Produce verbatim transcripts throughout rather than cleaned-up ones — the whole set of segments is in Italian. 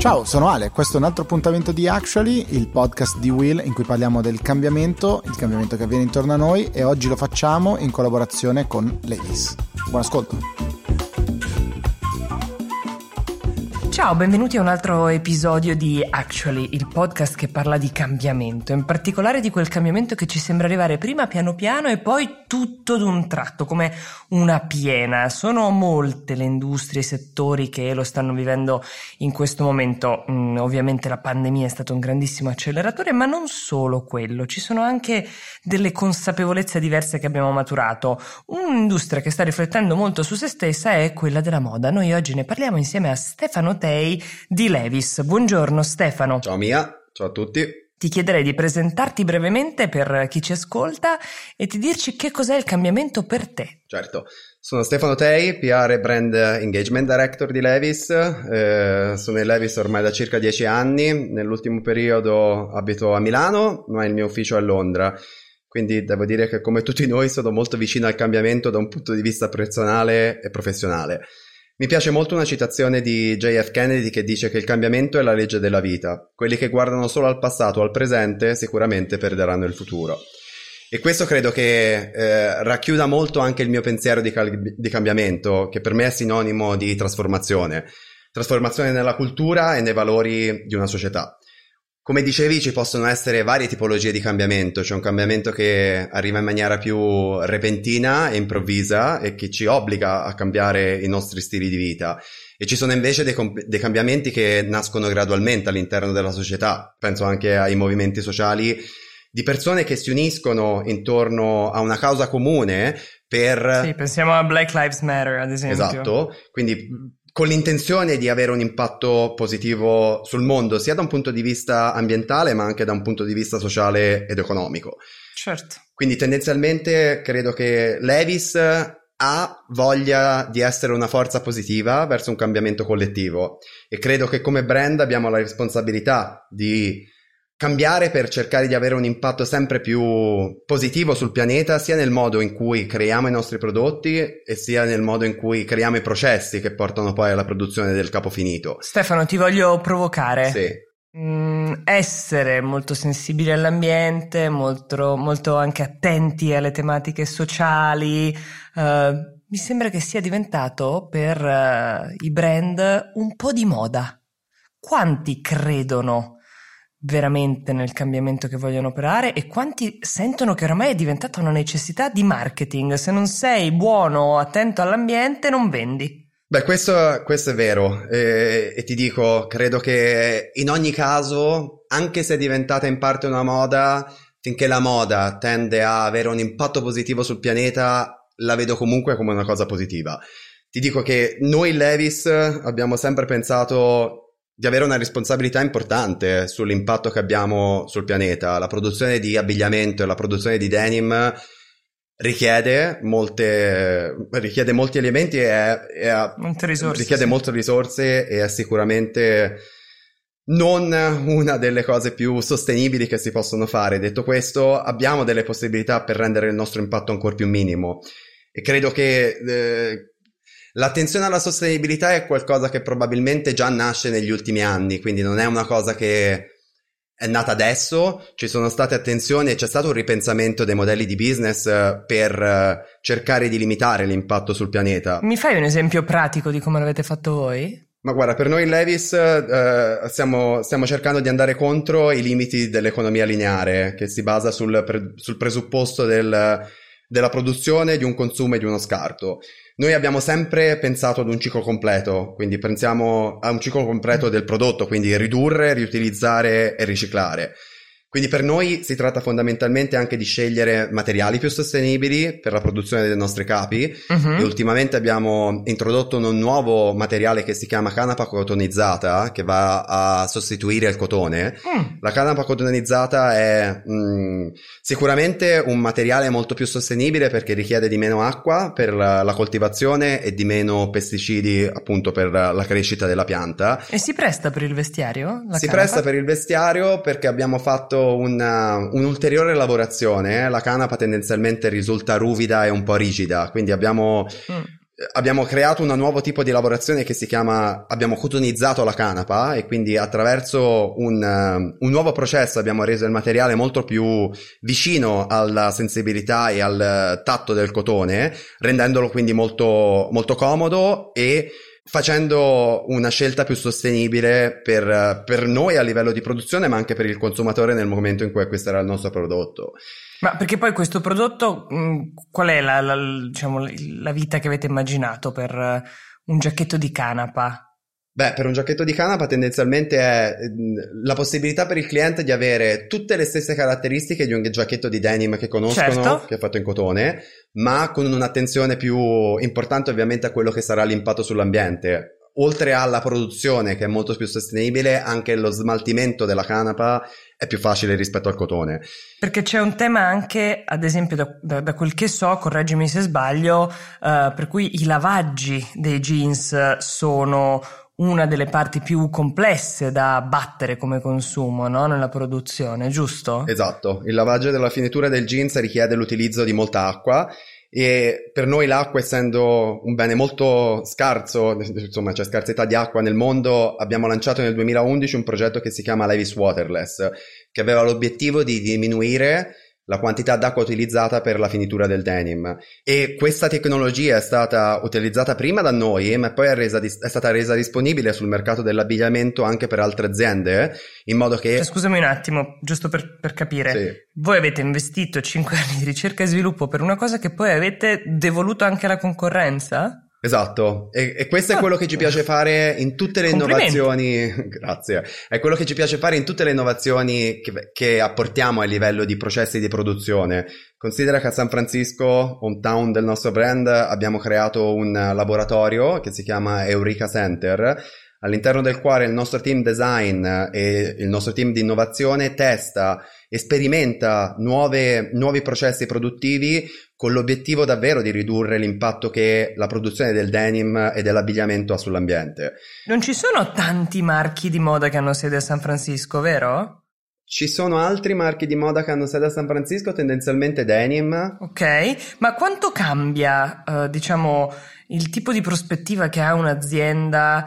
Ciao, sono Ale, questo è un altro appuntamento di Actually, il podcast di Will in cui parliamo del cambiamento, il cambiamento che avviene intorno a noi, e oggi lo facciamo in collaborazione con Levi's. Buon ascolto! Ciao, benvenuti a un altro episodio di Actually, il podcast che parla di cambiamento, in particolare di quel cambiamento che ci sembra arrivare prima piano piano e poi tutto d'un tratto, come una piena. Sono molte le industrie e i settori che lo stanno vivendo in questo momento. Mm, ovviamente la pandemia è stato un grandissimo acceleratore, ma non solo quello, ci sono anche delle consapevolezze diverse che abbiamo maturato. Un'industria che sta riflettendo molto su se stessa è quella della moda. Noi oggi ne parliamo insieme a Stefano Tei di Levi's. Buongiorno Stefano. Ciao Mia, ciao a tutti. Ti chiederei di presentarti brevemente per chi ci ascolta e di dirci che cos'è il cambiamento per te. Certo, sono Stefano Tei, P R e Brand Engagement Director di Levi's. Eh, sono in Levi's ormai da circa dieci anni. Nell'ultimo periodo abito a Milano, ma il mio ufficio è a Londra. Quindi devo dire che, come tutti noi, sono molto vicino al cambiamento da un punto di vista personale e professionale. Mi piace molto una citazione di J F Kennedy che dice che il cambiamento è la legge della vita. Quelli che guardano solo al passato o al presente sicuramente perderanno il futuro. E questo credo che eh, racchiuda molto anche il mio pensiero di, cal- di cambiamento, che per me è sinonimo di trasformazione. Trasformazione nella cultura e nei valori di una società. Come dicevi, ci possono essere varie tipologie di cambiamento. C'è un cambiamento che arriva in maniera più repentina e improvvisa e che ci obbliga a cambiare i nostri stili di vita. E ci sono invece dei, com- dei cambiamenti che nascono gradualmente all'interno della società. Penso anche ai movimenti sociali di persone che si uniscono intorno a una causa comune per... Sì, pensiamo a Black Lives Matter, ad esempio. Esatto, quindi... con l'intenzione di avere un impatto positivo sul mondo, sia da un punto di vista ambientale, ma anche da un punto di vista sociale ed economico. Certo. Quindi tendenzialmente credo che Levi's ha voglia di essere una forza positiva verso un cambiamento collettivo, e credo che come brand abbiamo la responsabilità di cambiare per cercare di avere un impatto sempre più positivo sul pianeta, sia nel modo in cui creiamo i nostri prodotti e sia nel modo in cui creiamo i processi che portano poi alla produzione del capo finito. Stefano, ti voglio provocare. Sì. Mm, essere molto sensibili all'ambiente, molto, molto anche attenti alle tematiche sociali. Uh, mi sembra che sia diventato per uh, i brand un po' di moda. Quanti credono veramente nel cambiamento che vogliono operare e quanti sentono che oramai è diventata una necessità di marketing? Se non sei buono o attento all'ambiente non vendi. Beh, questo, questo è vero, e, e ti dico, credo che in ogni caso, anche se è diventata in parte una moda, finché la moda tende a avere un impatto positivo sul pianeta, la vedo comunque come una cosa positiva. Ti dico che noi Levi's abbiamo sempre pensato di avere una responsabilità importante sull'impatto che abbiamo sul pianeta. La produzione di abbigliamento e la produzione di denim richiede molte richiede molti elementi e, è, e è, molte risorse, richiede sì. molte risorse e è sicuramente non una delle cose più sostenibili che si possono fare. Detto questo, abbiamo delle possibilità per rendere il nostro impatto ancora più minimo, e credo che eh, l'attenzione alla sostenibilità è qualcosa che probabilmente già nasce negli ultimi anni, quindi non è una cosa che è nata adesso. Ci sono state attenzioni e c'è stato un ripensamento dei modelli di business per cercare di limitare l'impatto sul pianeta. Mi fai un esempio pratico di come l'avete fatto voi? Ma guarda, per noi Levi's eh, stiamo, stiamo cercando di andare contro i limiti dell'economia lineare, che si basa sul, pre- sul presupposto del, della produzione, di un consumo e di uno scarto. Noi abbiamo sempre pensato ad un ciclo completo, quindi pensiamo a un ciclo completo del prodotto, quindi ridurre, riutilizzare e riciclare. Quindi per noi si tratta fondamentalmente anche di scegliere materiali più sostenibili per la produzione dei nostri capi, uh-huh. E ultimamente abbiamo introdotto un nuovo materiale che si chiama canapa cotonizzata, che va a sostituire il cotone. Mm. La canapa cotonizzata è mh, sicuramente un materiale molto più sostenibile perché richiede di meno acqua per la, la coltivazione e di meno pesticidi appunto per la, la crescita della pianta. E si presta per il vestiario? La si canapa? presta per il vestiario perché abbiamo fatto una, un'ulteriore lavorazione. La canapa tendenzialmente risulta ruvida e un po' rigida, quindi abbiamo mm. abbiamo creato un nuovo tipo di lavorazione che si chiama, abbiamo cotonizzato la canapa e quindi attraverso un, un nuovo processo abbiamo reso il materiale molto più vicino alla sensibilità e al tatto del cotone, rendendolo quindi molto, molto comodo e facendo una scelta più sostenibile per, per noi a livello di produzione, ma anche per il consumatore nel momento in cui acquisterà il nostro prodotto. Ma perché poi questo prodotto, mh, qual è la, la, diciamo, la vita che avete immaginato per uh, un giacchetto di canapa? Beh, per un giacchetto di canapa tendenzialmente è mh, la possibilità per il cliente di avere tutte le stesse caratteristiche di un giacchetto di denim che conoscono, certo, che è fatto in cotone, ma con un'attenzione più importante ovviamente a quello che sarà l'impatto sull'ambiente. Oltre alla produzione che è molto più sostenibile, anche lo smaltimento della canapa è più facile rispetto al cotone. Perché c'è un tema anche, ad esempio, da, da, da quel che so, correggimi se sbaglio, uh, per cui i lavaggi dei jeans sono una delle parti più complesse da battere come consumo, no? Nella produzione, giusto? Esatto, il lavaggio della finitura del jeans richiede l'utilizzo di molta acqua e per noi l'acqua, essendo un bene molto scarso, insomma c'è scarsità di acqua nel mondo, abbiamo lanciato nel duemilaundici un progetto che si chiama Levi's Waterless, che aveva l'obiettivo di diminuire la quantità d'acqua utilizzata per la finitura del denim, e questa tecnologia è stata utilizzata prima da noi ma poi è, resa dis- è stata resa disponibile sul mercato dell'abbigliamento anche per altre aziende, in modo che... Cioè, scusami un attimo, giusto per, per capire, sì. Voi avete investito cinque anni di ricerca e sviluppo per una cosa che poi avete devoluto anche alla concorrenza? Esatto, e, e questo è quello che ci piace fare in tutte le innovazioni, grazie, è quello che ci piace fare in tutte le innovazioni che, che apportiamo a livello di processi di produzione. Considera che a San Francisco, hometown del nostro brand, abbiamo creato un laboratorio che si chiama Eureka Center, all'interno del quale il nostro team design e il nostro team di innovazione testa e sperimenta nuove, nuovi processi produttivi con l'obiettivo davvero di ridurre l'impatto che la produzione del denim e dell'abbigliamento ha sull'ambiente. Non ci sono tanti marchi di moda che hanno sede a San Francisco, vero? Ci sono altri marchi di moda che hanno sede a San Francisco, tendenzialmente denim. Ok, ma quanto cambia, uh, diciamo, il tipo di prospettiva che ha un'azienda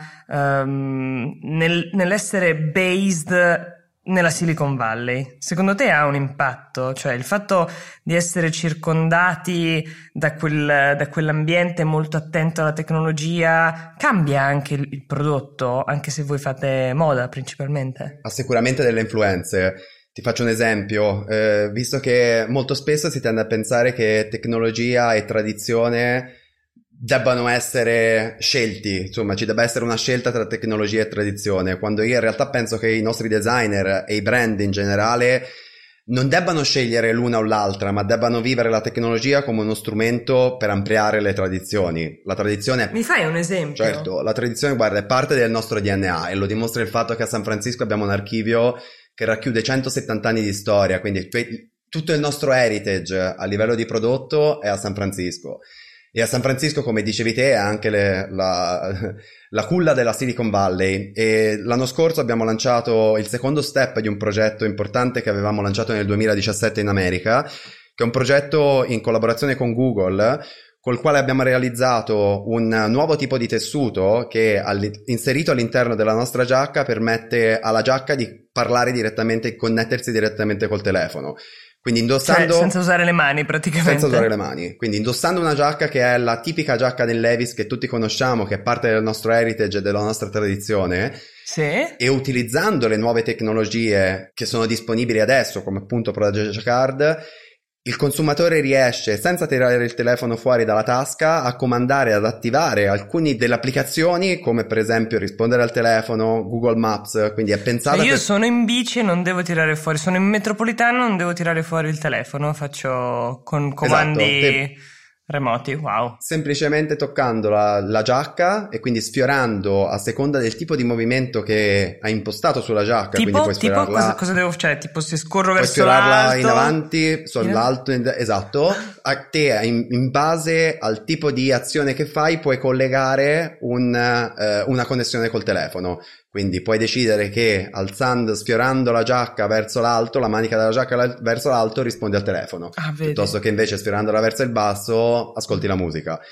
um, nel, nell'essere based nella Silicon Valley? Secondo te ha un impatto? Cioè il fatto di essere circondati da, quel, da quell'ambiente molto attento alla tecnologia cambia anche il, il prodotto, anche se voi fate moda principalmente? Ha sicuramente delle influenze. Ti faccio un esempio, eh, visto che molto spesso si tende a pensare che tecnologia e tradizione debbano essere scelti, insomma ci debba essere una scelta tra tecnologia e tradizione, quando io in realtà penso che i nostri designer e i brand in generale non debbano scegliere l'una o l'altra, ma debbano vivere la tecnologia come uno strumento per ampliare le tradizioni. La tradizione... Mi fai un esempio? Certo, la tradizione, guarda, è parte del nostro D N A e lo dimostra il fatto che a San Francisco abbiamo un archivio che racchiude centosettanta anni di storia, quindi tutto il nostro heritage a livello di prodotto è a San Francisco. E a San Francisco, come dicevi te, è anche le, la, la culla della Silicon Valley, e l'anno scorso abbiamo lanciato il secondo step di un progetto importante che avevamo lanciato nel duemiladiciassette in America, che è un progetto in collaborazione con Google, col quale abbiamo realizzato un nuovo tipo di tessuto che inserito all'interno della nostra giacca permette alla giacca di parlare direttamente e connettersi direttamente col telefono. Quindi indossando... Cioè, senza usare le mani praticamente. Senza usare le mani. Quindi indossando una giacca che è la tipica giacca del Levi's che tutti conosciamo, che è parte del nostro heritage e della nostra tradizione. Sì. E utilizzando le nuove tecnologie che sono disponibili adesso, come appunto Project Card, il consumatore riesce, senza tirare il telefono fuori dalla tasca, a comandare, ad attivare alcune delle applicazioni, come per esempio rispondere al telefono, Google Maps, quindi è pensata... Io per... sono in bici e non devo tirare fuori, sono in metropolitana, non devo tirare fuori il telefono, faccio con comandi... Esatto. Remoti, wow. Semplicemente toccando la, la giacca e quindi sfiorando a seconda del tipo di movimento che hai impostato sulla giacca. Tipo, quindi puoi tipo sfiorarla, cosa, cosa devo, cioè tipo se scorro puoi verso sfiorarla l'alto in avanti, sull'alto, in, esatto. A te in, in base al tipo di azione che fai puoi collegare un, eh, una connessione col telefono. Quindi puoi decidere che alzando, sfiorando la giacca verso l'alto, la manica della giacca la, verso l'alto, rispondi al telefono. Ah, vedi. Piuttosto che invece sfiorandola verso il basso, ascolti la musica.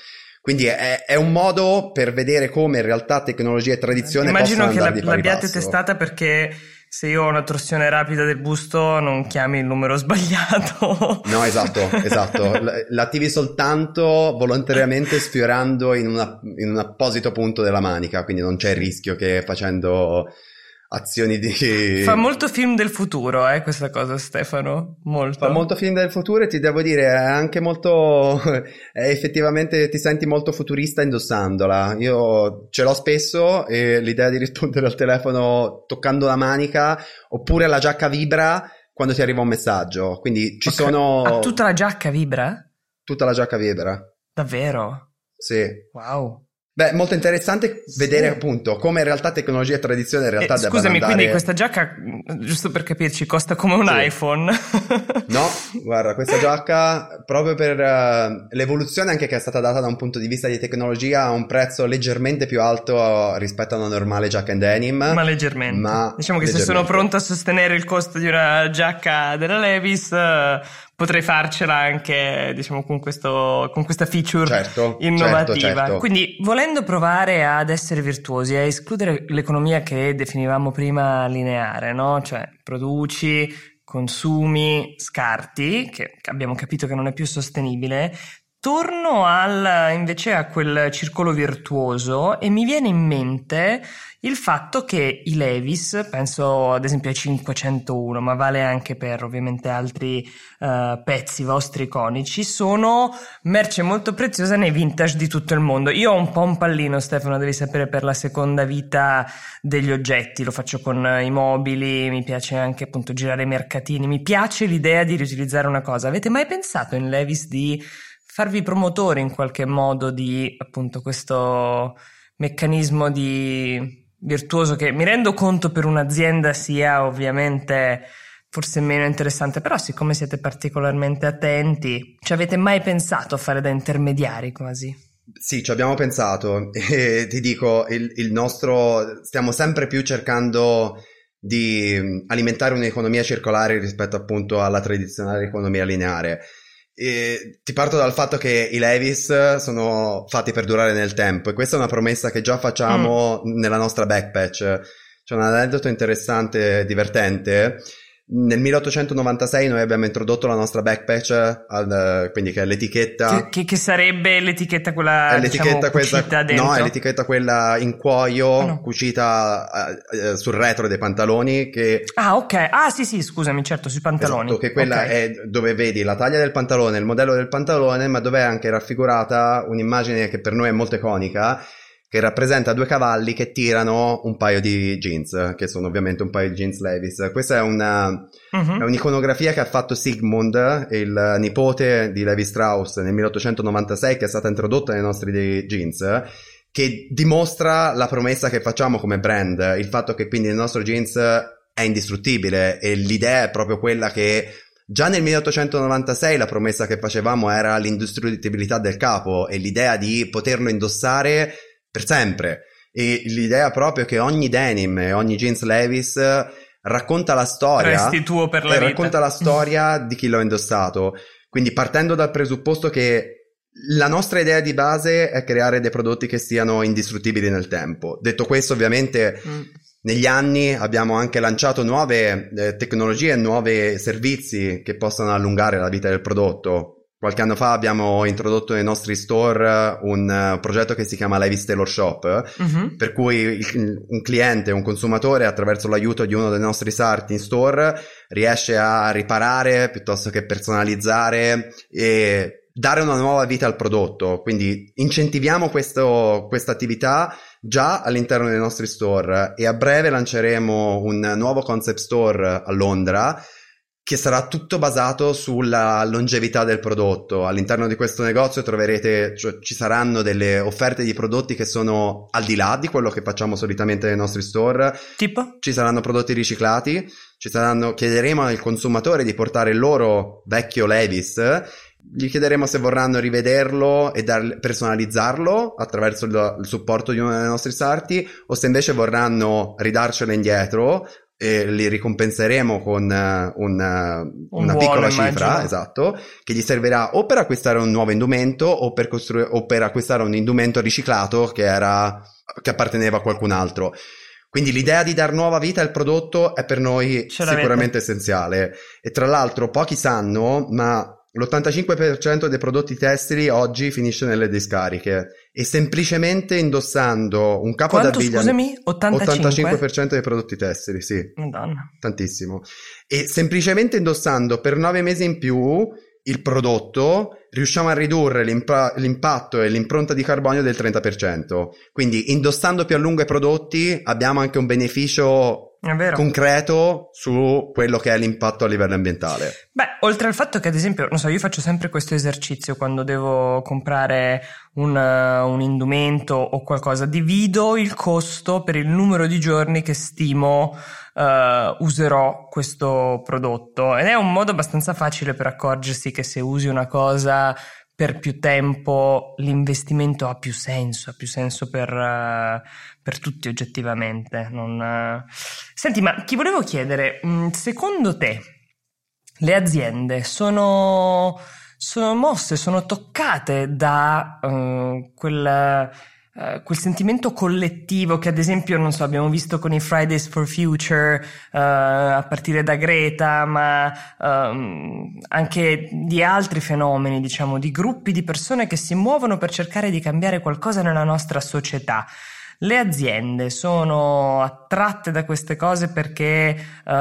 Quindi è, è un modo per vedere come in realtà tecnologia e tradizione Immagino possono andare che di pari l'abbiate passo. testata perché se io ho una torsione rapida del busto non chiami il numero sbagliato. No, esatto, esatto. L- l'attivi soltanto volontariamente sfiorando in, una, in un apposito punto della manica, quindi non c'è il rischio che facendo azioni di... Fa molto film del futuro, eh, questa cosa, Stefano. Molto. Fa molto film del futuro e ti devo dire, è anche molto... è effettivamente ti senti molto futurista indossandola. Io ce l'ho spesso e l'idea di rispondere al telefono toccando la manica, oppure la giacca vibra quando ti arriva un messaggio. Quindi ci Okay. sono... Ah, tutta la giacca vibra? Tutta la giacca vibra. Davvero? Sì. Wow. Beh, molto interessante vedere Sì. appunto come in realtà tecnologia e tradizione in realtà Eh, debbano scusami, andare... quindi questa giacca, giusto per capirci, costa come un Sì. iPhone? No, guarda, questa giacca proprio per uh, l'evoluzione anche che è stata data da un punto di vista di tecnologia a un prezzo leggermente più alto rispetto a una normale giacca in denim. Ma leggermente. Ma diciamo che se sono leggermente. pronto a sostenere il costo di una giacca della Levi's, eh, potrei farcela anche, diciamo, con questo, con questa feature Certo, innovativa. certo, certo. Quindi, volendo provare ad essere virtuosi, a escludere l'economia che definivamo prima lineare, no? Cioè, produci, consumi, scarti, che abbiamo capito che non è più sostenibile. Torno al, invece a quel circolo virtuoso e mi viene in mente il fatto che i Levi's, penso ad esempio ai cinquecentouno, ma vale anche per ovviamente altri uh, pezzi vostri iconici, sono merce molto preziosa nei vintage di tutto il mondo. Io ho un po' un pallino, Stefano, devi sapere, per la seconda vita degli oggetti, lo faccio con i mobili, mi piace anche appunto girare i mercatini, mi piace l'idea di riutilizzare una cosa. Avete mai pensato in Levi's di farvi promotori in qualche modo di appunto questo meccanismo di virtuoso che mi rendo conto per un'azienda sia ovviamente forse meno interessante, però siccome siete particolarmente attenti, ci avete mai pensato a fare da intermediari quasi? Sì, ci abbiamo pensato e ti dico, il, il nostro, stiamo sempre più cercando di alimentare un'economia circolare rispetto appunto alla tradizionale economia lineare. E ti parto dal fatto che i Levi's sono fatti per durare nel tempo e questa è una promessa che già facciamo mm. nella nostra backpatch. C'è un aneddoto interessante, divertente. Nel milleottocentonovantasei noi abbiamo introdotto la nostra backpatch, al, quindi che è l'etichetta che, che, che sarebbe l'etichetta quella è l'etichetta diciamo, questa, cucita dentro? no, è l'etichetta quella in cuoio oh, no. cucita eh, sul retro dei pantaloni che ah ok, ah sì sì scusami, certo, sui pantaloni, esatto, che quella okay. è dove vedi la taglia del pantalone, il modello del pantalone, ma dove è anche raffigurata un'immagine che per noi è molto iconica, che rappresenta due cavalli che tirano un paio di jeans, che sono ovviamente un paio di jeans Levi's. Questa è una uh-huh. è un'iconografia che ha fatto Sigmund, il nipote di Levi Strauss, nel milleottocentonovantasei, che è stata introdotta nei nostri jeans, che dimostra la promessa che facciamo come brand, il fatto che quindi il nostro jeans è indistruttibile, e l'idea è proprio quella che già nel milleottocentonovantasei la promessa che facevamo era l'indistruttibilità del capo e l'idea di poterlo indossare per sempre, e l'idea proprio che ogni denim e ogni jeans Levi's racconta la storia, resti tuo per la e vita. racconta la storia di chi l'ha indossato. Quindi partendo dal presupposto che la nostra idea di base è creare dei prodotti che siano indistruttibili nel tempo. Detto questo, ovviamente mm. negli anni abbiamo anche lanciato nuove eh, tecnologie e nuovi servizi che possano allungare la vita del prodotto. Qualche anno fa abbiamo introdotto nei nostri store un uh, progetto che si chiama Levi's Tailor Shop, uh-huh. per cui il, un cliente, un consumatore, attraverso l'aiuto di uno dei nostri sarti in store, riesce a riparare piuttosto che personalizzare e dare una nuova vita al prodotto. Quindi incentiviamo questa attività già all'interno dei nostri store, e a breve lanceremo un nuovo concept store a Londra che sarà tutto basato sulla longevità del prodotto. All'interno di questo negozio troverete, cioè, ci saranno delle offerte di prodotti che sono al di là di quello che facciamo solitamente nei nostri store. Tipo? Ci saranno prodotti riciclati, ci saranno, chiederemo al consumatore di portare il loro vecchio Levi's, gli chiederemo se vorranno rivederlo e dar, personalizzarlo attraverso il, il supporto di uno dei nostri sarti, o se invece vorranno ridarcelo indietro e li ricompenseremo con uh, un, uh, una buono, piccola immagino. cifra, esatto, che gli servirà o per acquistare un nuovo indumento o per, costruire, o per acquistare un indumento riciclato che era che apparteneva a qualcun altro. Quindi l'idea di dar nuova vita al prodotto è per noi sicuramente essenziale. E tra l'altro pochi sanno, ma l'ottantacinque per cento dei prodotti tessili oggi finisce nelle discariche, e semplicemente indossando un capo Quanto, d'abbigliamento, scusami? ottantacinque? ottantacinque per cento dei prodotti tessili, sì. Madonna. Tantissimo. E semplicemente indossando per nove mesi in più il prodotto riusciamo a ridurre l'impa- l'impatto e l'impronta di carbonio del trenta per cento. Quindi indossando più a lungo i prodotti abbiamo anche un beneficio concreto su quello che è l'impatto a livello ambientale. Beh, oltre al fatto che ad esempio, non so, io faccio sempre questo esercizio quando devo comprare un, uh, un indumento o qualcosa, divido il costo per il numero di giorni che stimo uh, userò questo prodotto, ed è un modo abbastanza facile per accorgersi che se usi una cosa per più tempo l'investimento ha più senso, ha più senso per, uh, per tutti oggettivamente. Non, uh... Senti, ma ti volevo chiedere, secondo te le aziende sono, sono mosse, sono toccate da uh, quel, uh, quel sentimento collettivo che ad esempio, non so, abbiamo visto con i Fridays for Future, uh, a partire da Greta, ma um, anche di altri fenomeni, diciamo, di gruppi di persone che si muovono per cercare di cambiare qualcosa nella nostra società. Le aziende sono attratte da queste cose perché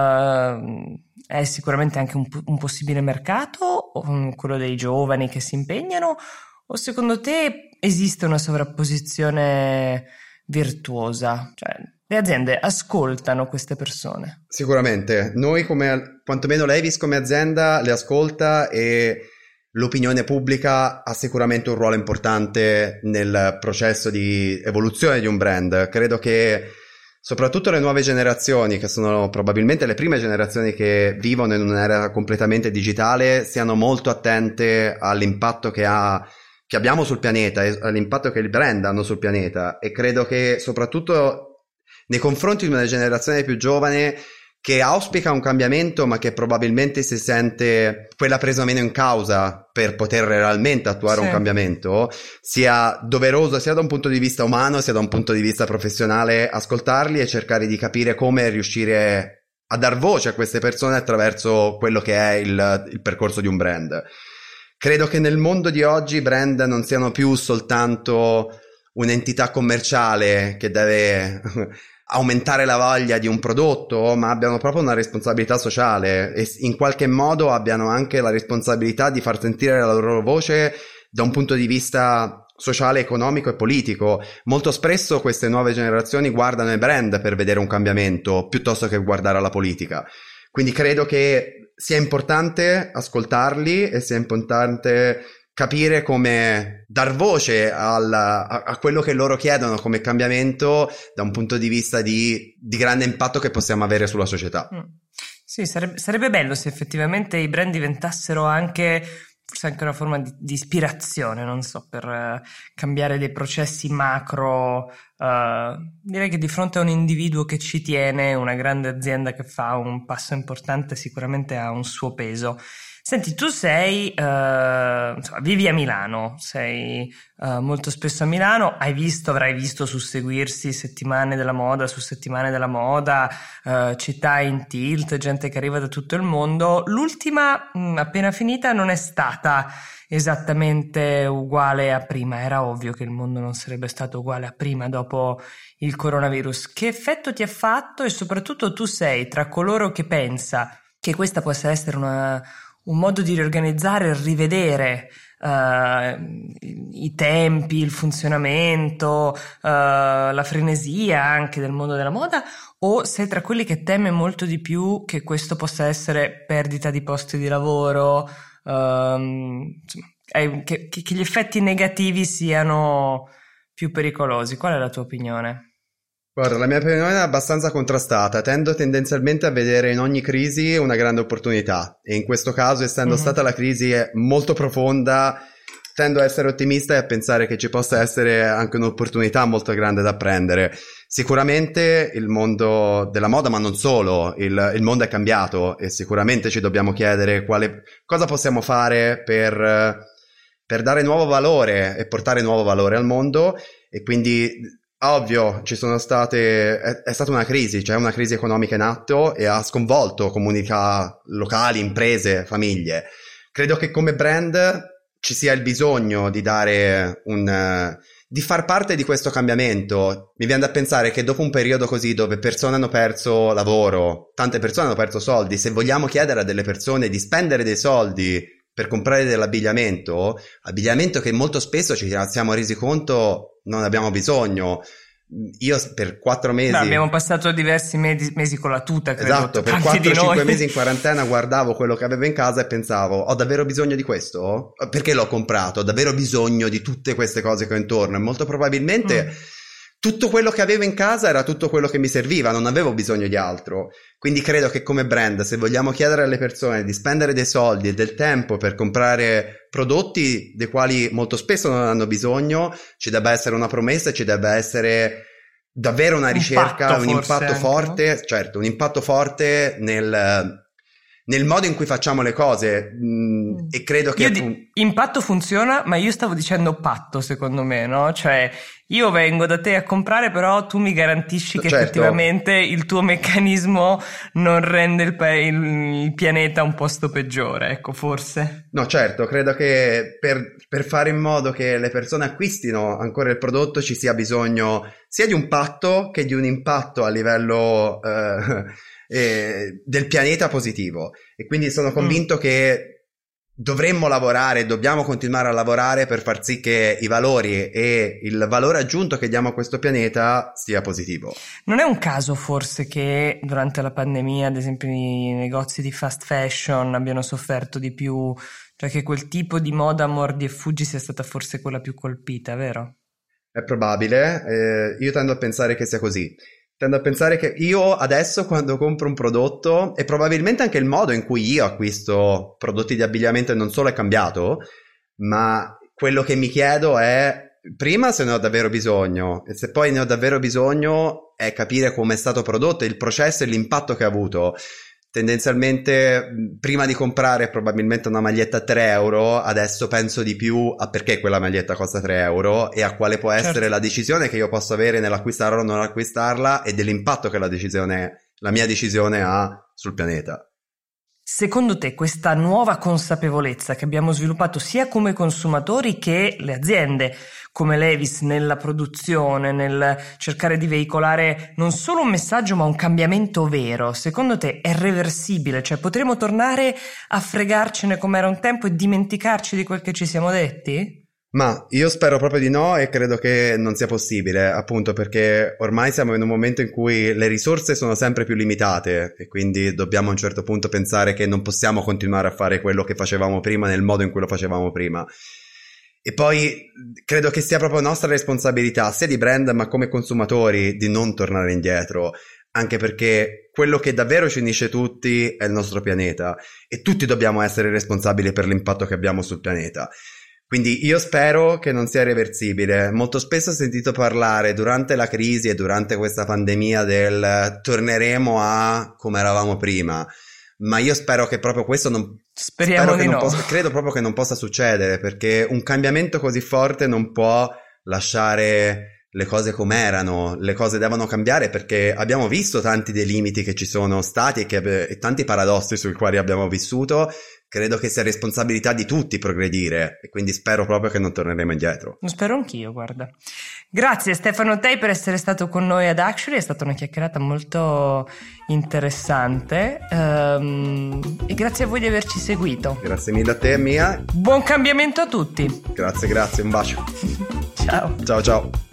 uh, è sicuramente anche un, un possibile mercato, um, quello dei giovani che si impegnano, o secondo te esiste una sovrapposizione virtuosa? Cioè, le aziende ascoltano queste persone? Sicuramente, noi come, quantomeno Levi's come azienda le ascolta, e l'opinione pubblica ha sicuramente un ruolo importante nel processo di evoluzione di un brand. Credo che soprattutto le nuove generazioni, che sono probabilmente le prime generazioni che vivono in un'era completamente digitale, siano molto attente all'impatto che ha che abbiamo sul pianeta e all'impatto che i brand hanno sul pianeta, e credo che soprattutto nei confronti di una generazione più giovane che auspica un cambiamento ma che probabilmente si sente quella presa meno in causa per poter realmente attuare sì. un cambiamento, sia doveroso sia da un punto di vista umano sia da un punto di vista professionale ascoltarli e cercare di capire come riuscire a dar voce a queste persone attraverso quello che è il, il percorso di un brand. Credo che nel mondo di oggi i brand non siano più soltanto un'entità commerciale che deve aumentare la voglia di un prodotto, ma abbiano proprio una responsabilità sociale e in qualche modo abbiano anche la responsabilità di far sentire la loro voce da un punto di vista sociale, economico e politico. Molto spesso queste nuove generazioni guardano i brand per vedere un cambiamento piuttosto che guardare alla politica. Quindi credo che sia importante ascoltarli e sia importante capire come dar voce al, a, a quello che loro chiedono come cambiamento da un punto di vista di, di grande impatto che possiamo avere sulla società. Mm. Sì, sarebbe, sarebbe bello se effettivamente i brand diventassero anche, forse anche una forma di, di ispirazione, non so, per uh, cambiare dei processi macro. Uh, direi che di fronte a un individuo che ci tiene, una grande azienda che fa un passo importante sicuramente ha un suo peso. Senti, tu sei, uh, insomma, vivi a Milano, sei uh, molto spesso a Milano, hai visto, avrai visto susseguirsi settimane della moda su settimane della moda, uh, città in tilt, gente che arriva da tutto il mondo. L'ultima, mh, appena finita, non è stata esattamente uguale a prima. Era ovvio che il mondo non sarebbe stato uguale a prima dopo il coronavirus. Che effetto ti ha fatto? E soprattutto tu sei tra coloro che pensa che questa possa essere una un modo di riorganizzare e rivedere uh, i tempi, il funzionamento, uh, la frenesia anche del mondo della moda, o sei tra quelli che teme molto di più che questo possa essere perdita di posti di lavoro, uh, insomma, che, che gli effetti negativi siano più pericolosi? Qual è la tua opinione? Guarda, la mia opinione è abbastanza contrastata. Tendo tendenzialmente a vedere in ogni crisi una grande opportunità, e in questo caso, essendo mm-hmm. stata la crisi molto profonda, tendo a essere ottimista e a pensare che ci possa essere anche un'opportunità molto grande da prendere. Sicuramente il mondo della moda, ma non solo, il, il mondo è cambiato e sicuramente ci dobbiamo chiedere quale, cosa possiamo fare per, per dare nuovo valore e portare nuovo valore al mondo. E quindi, ovvio, ci sono state, è, è stata una crisi, c'è cioè una crisi economica in atto e ha sconvolto comunità locali, imprese, famiglie. Credo che come brand ci sia il bisogno di dare un... di far parte di questo cambiamento. Mi viene da pensare che dopo un periodo così dove persone hanno perso lavoro, tante persone hanno perso soldi, se vogliamo chiedere a delle persone di spendere dei soldi per comprare dell'abbigliamento, abbigliamento che molto spesso ci siamo resi conto non abbiamo bisogno. Io per quattro mesi... No, abbiamo passato diversi mesi, mesi con la tuta, credo. Esatto, per quattro cinque mesi in quarantena guardavo quello che avevo in casa e pensavo, ho davvero bisogno di questo? Perché l'ho comprato? Ho davvero bisogno di tutte queste cose che ho intorno? E molto probabilmente... Mm. Tutto quello che avevo in casa era tutto quello che mi serviva, non avevo bisogno di altro. Quindi credo che come brand, se vogliamo chiedere alle persone di spendere dei soldi e del tempo per comprare prodotti dei quali molto spesso non hanno bisogno, ci debba essere una promessa e ci debba essere davvero una ricerca, un impatto anche, forte, no? certo, un impatto forte nel... nel modo in cui facciamo le cose. mm, e credo che io appunto... di, impatto funziona, ma io stavo dicendo patto, secondo me, no? Cioè io vengo da te a comprare, però tu mi garantisci che certo. effettivamente il tuo meccanismo non rende il, pa- il, il pianeta un posto peggiore, ecco, forse. No, certo, credo che per, per fare in modo che le persone acquistino ancora il prodotto ci sia bisogno sia di un patto che di un impatto a livello eh, eh, del pianeta positivo. E quindi sono convinto mm. che dovremmo lavorare, dobbiamo continuare a lavorare per far sì che i valori e il valore aggiunto che diamo a questo pianeta sia positivo. Non è un caso forse che durante la pandemia, ad esempio, i negozi di fast fashion abbiano sofferto di più, cioè che quel tipo di moda mordi e fuggi sia stata forse quella più colpita, vero? È probabile, eh, io tendo a pensare che sia così. Tendo a pensare che io adesso quando compro un prodotto, e probabilmente anche il modo in cui io acquisto prodotti di abbigliamento non solo è cambiato, ma quello che mi chiedo è prima se ne ho davvero bisogno, e se poi ne ho davvero bisogno è capire come è stato prodotto, il processo e l'impatto che ha avuto. Tendenzialmente prima di comprare probabilmente una maglietta a tre euro, adesso penso di più a perché quella maglietta costa tre euro e a quale può essere certo. la decisione che io posso avere nell'acquistarla o non acquistarla e dell'impatto che la decisione, la mia decisione ha sul pianeta. Secondo te questa nuova consapevolezza che abbiamo sviluppato sia come consumatori che le aziende come Levi's nella produzione, nel cercare di veicolare non solo un messaggio ma un cambiamento vero, secondo te è reversibile? Cioè potremo tornare a fregarcene come era un tempo e dimenticarci di quel che ci siamo detti? Ma io spero proprio di no e credo che non sia possibile, appunto perché ormai siamo in un momento in cui le risorse sono sempre più limitate e quindi dobbiamo a un certo punto pensare che non possiamo continuare a fare quello che facevamo prima nel modo in cui lo facevamo prima. E poi credo che sia proprio nostra responsabilità, sia di brand ma come consumatori, di non tornare indietro, anche perché quello che davvero ci unisce tutti è il nostro pianeta e tutti dobbiamo essere responsabili per l'impatto che abbiamo sul pianeta. Quindi io spero che non sia reversibile. Molto spesso ho sentito parlare durante la crisi e durante questa pandemia del torneremo a come eravamo prima, ma io spero che proprio questo non speriamo spero di che non no. possa, credo proprio che non possa succedere, perché un cambiamento così forte non può lasciare le cose come erano, le cose devono cambiare perché abbiamo visto tanti dei limiti che ci sono stati e, che, e tanti paradossi sui quali abbiamo vissuto. Credo che sia responsabilità di tutti progredire e quindi spero proprio che non torneremo indietro. Lo spero anch'io, guarda. Grazie Stefano Tei per essere stato con noi ad Actually, è stata una chiacchierata molto interessante um, e grazie a voi di averci seguito. Grazie mille a te, Mia. Buon cambiamento a tutti. Grazie, grazie, un bacio. Ciao. Ciao, ciao.